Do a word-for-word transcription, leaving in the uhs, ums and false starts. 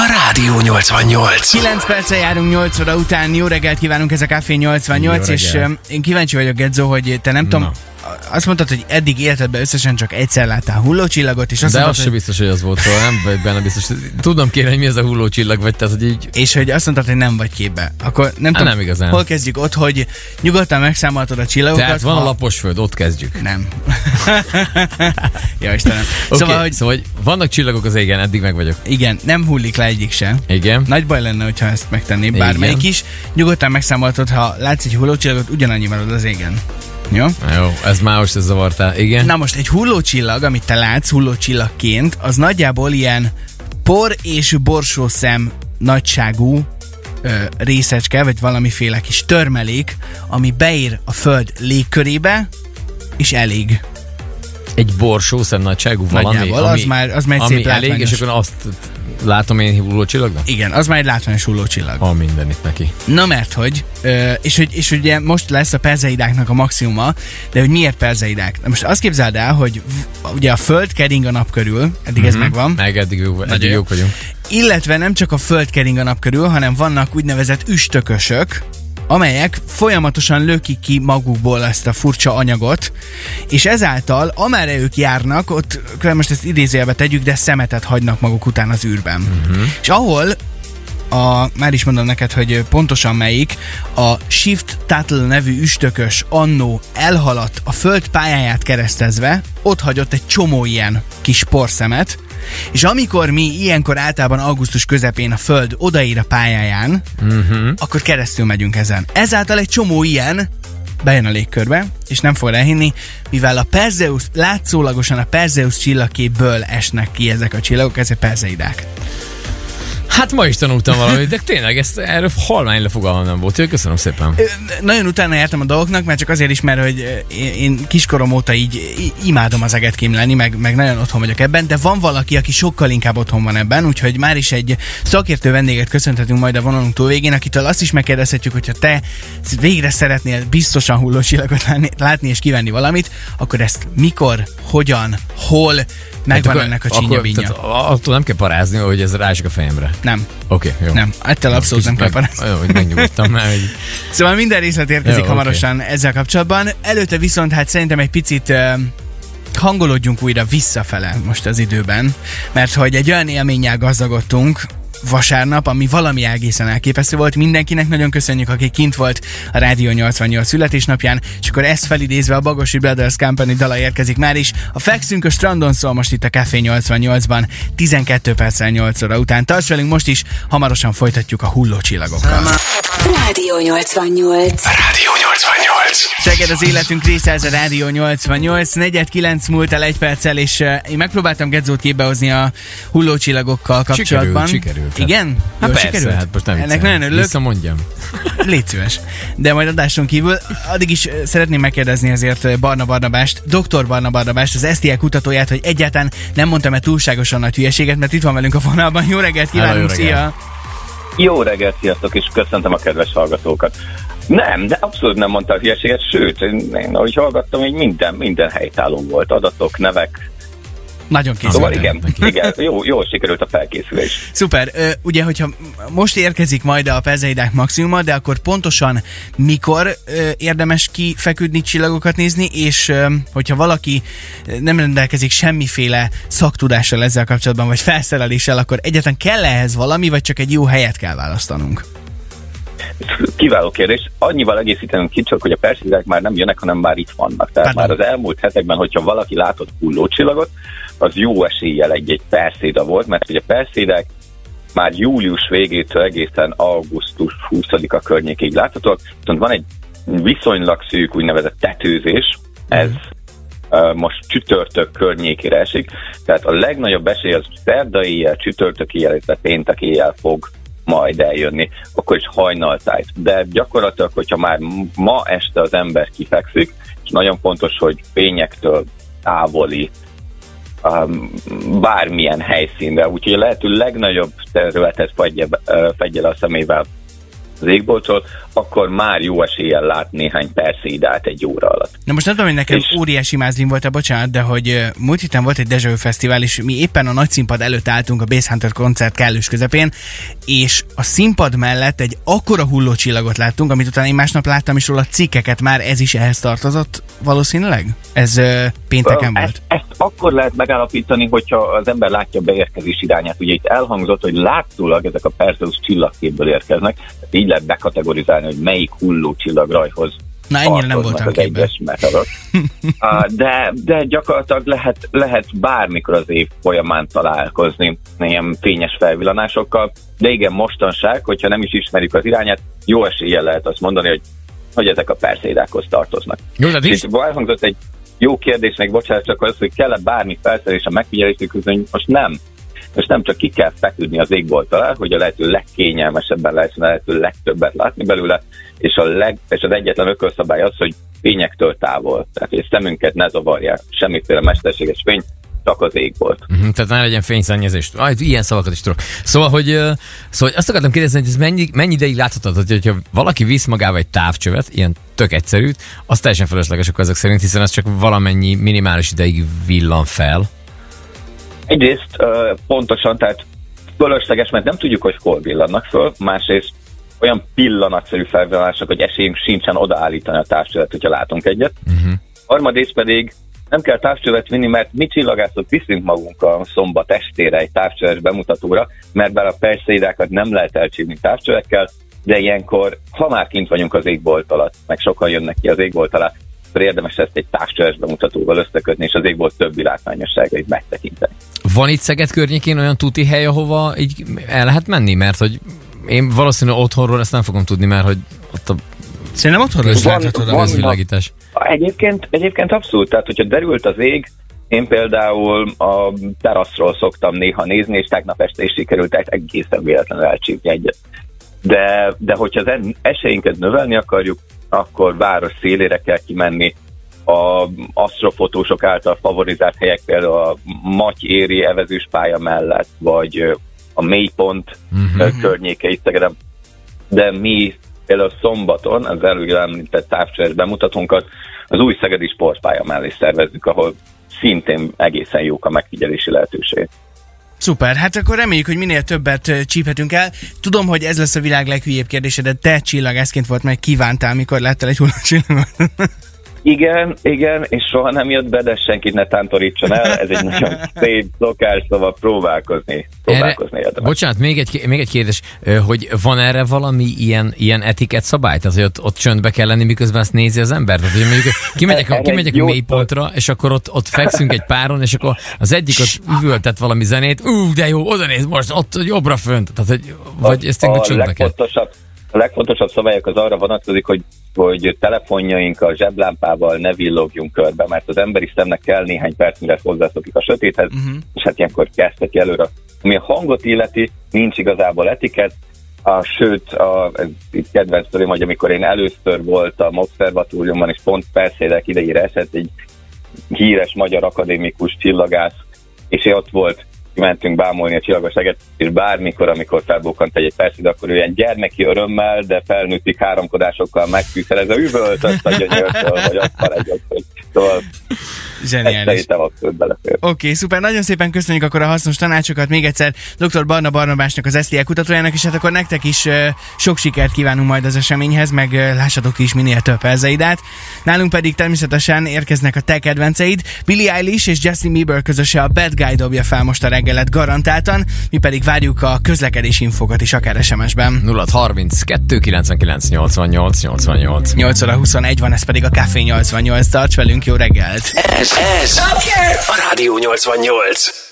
Rádió nyolcvannyolc. kilenc perccel járunk nyolc óra után. Jó reggelt kívánunk, ez a Café nyolcvannyolc, és um, én kíváncsi vagyok, Gedzo, hogy te nem tudom, azt mondtad, hogy eddig életedben összesen csak egyszer láttál hullócsillagot, és azt de mondtad, az hogy... se biztos, hogy az volt, szóval nem vagy benne biztos. Tudnom kéne, hogy mi ez a hullócsillag, vagy tehát, hogy így... És hogy azt mondtad, hogy nem vagy képbe. Akkor nem Há, tudom, nem igazán. Hol kezdjük? Ott, hogy nyugodtan megszámoltad a csillagokat. Tehát van ha... a lapos föld, ott kezdjük. Nem. Ja, Istenem. Okay, Szóval, hogy... szóval, hogy vannak csillagok az égen, eddig meg vagyok. Igen, nem hullik le egyik se. Igen. Nagy baj lenne, hogyha ezt megtenné bármelyik Igen. is. Nyugodtan megszámoltad, ha látsz egy hullócsillagot, ugyanannyi marad az égen. Jó? Jó, ez már most ez zavartál. Igen. Na most egy hullócsillag, amit te látsz hullócsillagként, az nagyjából ilyen por és borsószem nagyságú ö, részecske, vagy valamiféle kis törmelék, ami beér a Föld légkörébe, és elég. Egy borsószem nagyságú valami, Nagyjából, ami, az már, az már egy ami szép elég, látványos. és akkor azt látom én hullócsillagnak? Igen, az már egy látványos hullócsillag. Van minden itt neki. Na mert hogy, ö, és hogy, és ugye most lesz a perzeidáknak a maximuma, de hogy miért perzeidák? Na most azt képzeld el, hogy v- ugye a Föld kering a nap körül, eddig mm-hmm. ez megvan. Meg eddig, jó, eddig jók vagyunk. Illetve nem csak a Föld kering a nap körül, hanem vannak úgynevezett üstökösök, amelyek folyamatosan lökik ki magukból ezt a furcsa anyagot, és ezáltal, amerre ők járnak, ott, most ezt idézőjelbe tegyük, de szemetet hagynak maguk után az űrben. Uh-huh. És ahol a, már is mondom neked, hogy pontosan melyik, a Shift Tuttle nevű üstökös annó elhaladt a Föld pályáját keresztezve, ott hagyott egy csomó ilyen kis porszemet, és amikor mi ilyenkor általában augusztus közepén a Föld odaér a pályáján, uh-huh. akkor keresztül megyünk ezen. Ezáltal egy csomó ilyen bejön a légkörbe, és nem fogod elhinni, mivel a Perseus, látszólagosan a Perseus csillagképből esnek ki ezek a csillagok, ezek perzeidák. Hát ma is tanultam valamit, de tényleg ezt, erről halvány lefogalmam nem volt. Köszönöm szépen. Ö, nagyon utána jártam a dolgoknak, mert csak azért is, mert hogy én, én kiskorom óta így imádom az eget kémlelni, meg, meg nagyon otthon vagyok ebben, de van valaki, aki sokkal inkább otthon van ebben, úgyhogy már is egy szakértő vendéget köszönhetünk majd a vonalunk túlvégén, akitől azt is megkérdezhetjük, hogyha te végre szeretnél biztosan hullócsillagot látni és kivenni valamit, akkor ezt mikor, hogyan, hol megvan hát ennek a csinya-bínya. Attól nem kell parázni, hogy ez rásik a fejemre. Nem. Oké, okay, jó. Nem, ettől abszolút nem kell parázni. Jó, hogy megnyugodtam már. Hogy... Szóval minden részlet érkezik jó, hamarosan okay. ezzel kapcsolatban. Előtte viszont hát szerintem egy picit uh, hangolódjunk újra visszafele most az időben, mert hogy egy olyan élménnyel gazdagodtunk vasárnap, ami valami egészen elképesztő volt. Mindenkinek nagyon köszönjük, aki kint volt a Rádió nyolcvannyolc születésnapján, és akkor ezt felidézve a Bagosi Brothers Company dala érkezik már is. A Fekszünk a strandon szól most itt a Café nyolcvannyolcban, tizenkét perccel nyolc óra után. Tarts velünk most is, hamarosan folytatjuk a hullócsillagokkal. Rádió nyolcvannyolc. Rádió nyolcvannyolc. Seged az életünk része, ez a Rádió nyolcvannyolc. negyven kilenc múlt el egy perccel, és uh, én megpróbáltam Gedzót képbehozni a hullócsillagokkal kapcsolatban. Sikerült, sikerült. Igen? Hát Jó, persze, sikerült? hát most nem Ennek nagyon örülök. Visszamondjam. Légy szíves. De majd adáson kívül, addig is szeretném megkérdezni azért Barna Barnabást, doktor Barna Barnabást, az es té i kutatóját, hogy egyáltalán nem mondtam-e túlságosan nagy hülyeséget, mert itt van velünk a vonalban. Jó reggelt kívánunk, Hello, jó reggelt. Szia! Jó reggelt, sziasztok, és köszöntöm a kedves hallgatókat. Nem, de abszolút nem mondta a hülyeséget, sőt, én, én ahogy hallgattam, hogy minden, minden helytálló volt, adatok, nevek. Nagyon készült. Szóval igen, igen jó, jól sikerült a felkészülés. Szuper. Ö, ugye, hogyha most érkezik majd a perzeidák maximuma, de akkor pontosan mikor ö, érdemes kifeküdni, csillagokat nézni, és ö, hogyha valaki nem rendelkezik semmiféle szaktudással ezzel kapcsolatban, vagy felszereléssel, akkor egyáltalán kell ehhez valami, vagy csak egy jó helyet kell választanunk? Kiváló kérdés. Annyival egészítenünk ki, csak hogy a perzeidák már nem jönnek, hanem már itt vannak. Tehát Pardon. Már az elmúlt hetekben, hogyha valaki látott hullócsillagot, az jó eséllyel egy-egy perszéda volt, mert ugye perszédák már július végétől egészen augusztus huszadika környékig láthatóak, viszont van egy viszonylag szűk úgynevezett tetőzés, ez uh, most csütörtök környékére esik, tehát a legnagyobb esély az szerda éjjel, csütörtök éjjel, illetve péntek éjjel fog majd eljönni, akkor is hajnaltájt. De gyakorlatilag, hogyha már ma este az ember kifekszik, és nagyon fontos, hogy fényektől távoli um, bármilyen helyszínre, úgyhogy a lehető legnagyobb területet fedje, uh, fedje le a szemével az égbolttól, akkor már jó eséllyel lát néhány perszéidát egy óra alatt. Na most nem tudom, hogy nekem És- óriási mázlim volt, bocsánat, de hogy ö, múlt héten volt egy Déjà Vu Fesztivál, és mi éppen a nagy színpad előtt álltunk a Bass Hunter koncert kellős közepén, és a színpad mellett egy akkora hullócsillagot láttunk, amit utána én másnap láttam is róla cikkeket, már ez is ehhez tartozott valószínűleg? Ez ö, pénteken volt. Ezt, ezt akkor lehet megállapítani, hogyha az ember látja a beérkezés irányát. Ugye itt elhangzott, hogy látszólag ezek a Perseus csillagképből érkeznek, tehát így lehet bekategorizálni, hogy melyik hulló csillagrajhoz Na ennyire nem tartoznak voltam az képben. egyes meteorok. Ah, de, de gyakorlatilag lehet, lehet bármikor az év folyamán találkozni ilyen fényes felvillanásokkal, de igen, mostanság, hogyha nem is ismerjük az irányát, jó eséllyel lehet azt mondani, hogy, hogy ezek a perszéidákhoz tartoznak. Jó, de És is. itt elhangzott egy jó kérdés, meg bocsánat, csak az, hogy kell-e bármi felszerelés a megfigyelésük közben, most nem. Most nem csak ki kell feküdni az égbolt alá, hogy a lehető legkényelmesebben lehessen a lehető legtöbbet látni belőle, és, a leg, és az egyetlen ökölszabály az, hogy fényektől távol. Tehát, hogy szemünket ne zavarják semmiféle mesterséges fény, csak az égbolt. Uh-huh, tehát ne legyen fényszennyezés. Aj, ilyen szavakat is tudok. Szóval, hogy, uh, szóval azt akartam kérdezni, hogy ez mennyi, mennyi ideig láthatod, hogy, hogyha valaki visz magával egy távcsövet, ilyen tök egyszerűt, az teljesen felesleges akkor ezek szerint, hiszen ez csak valamennyi minimális ideig villan fel. Egyrészt uh, pontosan, tehát fölösleges, mert nem tudjuk, hogy hol villannak föl, másrészt olyan pillanatszerű felvillanások, hogy esélyünk sincsen odaállítani a távcsövet, hogyha látunk egyet. Uh-huh. Harmadrészt pedig nem kell távcsövet vinni, mert mi csillagászok viszünk magunkkal szombat estére egy távcsöves bemutatóra, mert bár a perszeidákat nem lehet elcsípni távcsövekkel, de ilyenkor, ha már kint vagyunk az égbolt alatt, meg sokan jönnek ki az égbolt alá, akkor érdemes ezt egy távcsöves bemutatóval összekötni, és az égbolt többi látványosságait megtekinteni. Van itt Szeged környékén olyan tuti hely, ahova így el lehet menni? Mert hogy én valószínűleg otthonról ezt nem fogom tudni, mert hogy ott a Szerintem otthonról is Van- láthatod a van- közvilágítás. Egyébként, egyébként abszolút, tehát hogyha derült az ég, én például a teraszról szoktam néha nézni, és tegnap este is sikerült egészen véletlenül elcsípni egyet. De, de hogyha az en- esélyünket növelni akarjuk, akkor város szélére kell kimenni. A asztrofotósok által favorizált helyek például a Maty-éri evezős pálya mellett, vagy ö, a Mélypont uh-huh. környéke itt Szegeden. De mi például szombaton az előbb említett távcsöves bemutatónkat az új szegedi sportpálya mellé szervezzük, ahol szintén egészen jók a megfigyelési lehetőség. Szuper, hát akkor reméljük, hogy minél többet ö, csíphetünk el. Tudom, hogy ez lesz a világ leghülyébb kérdése, de te csillagászként volt meg kívántál, mikor láttál egy hullócsillagot. Igen, igen, és soha nem jött be, de senkit ne tántorítson el. Ez egy nagyon szép szokás, szóval próbálkozni. Próbálkozni Erre, érdemes. bocsánat, még egy, még egy kérdés, ö, hogy van erre valami ilyen, ilyen etikett szabály? Tehát, hogy ott, ott csöndbe kell lenni, miközben ezt nézi az ember? Tehát, hogy mondjuk kimegyek, a, Erre kimegyek a jó mélypontra, és akkor ott, ott fekszünk egy páron, és akkor az egyik ott üvöltet valami zenét, ú, de jó, oda néz most, ott jobbra fönt. Tehát, hogy, vagy ezt tényleg a csöndbe kell. legfontosabb, a legfontosabb szabályok az arra vonatkozik, hogy, hogy telefonjainkkal, zseblámpával ne villogjunk körbe, mert az emberi szemnek kell néhány perc, mire hozzászokik a sötéthez, uh-huh. és hát ilyenkor kezdheti előre. Ami a hangot illeti, nincs igazából etikett, a, sőt, a, ez itt kedvenc sztorim, hogy amikor én először voltam obszervatóriumban, és pont perszédek idejére esett egy híres magyar akadémikus csillagász, és ott volt, mentünk bámulni a csillagosságot, és bármikor, amikor felbukkant egy perszéd, akkor ő ilyen gyermeki örömmel, de felnőttik háromkodásokkal megfűszel, ez a üvölt, azt a gyönyörtől, vagy azt paradjott, hogy szóval Zseniális. ezt szerintem abszolút belefér. Oké, okay, szuper, nagyon szépen köszönjük akkor a hasznos tanácsokat még egyszer doktor Barna Barnabásnak, az es té e kutatójának, és hát akkor nektek is uh, sok sikert kívánunk majd az eseményhez, meg uh, lássatok is minél több perzeidát. Nálunk pedig természetesen érkeznek a te kedvenceid. Billie Eilish és Justin Bieber közöse a Bad Guy dobja fel most a reggelet garantáltan, mi pedig várjuk a közlekedési infokat is akár es em es-ben. nulla harminckettő kilencvenkilenc nyolcvannyolc nyolcvannyolc. nyolc óra huszonegy van, ez pedig a Café nyolcvannyolc. Tarts velünk, jó reggelt! Ez, ez a Rádió nyolcvannyolc.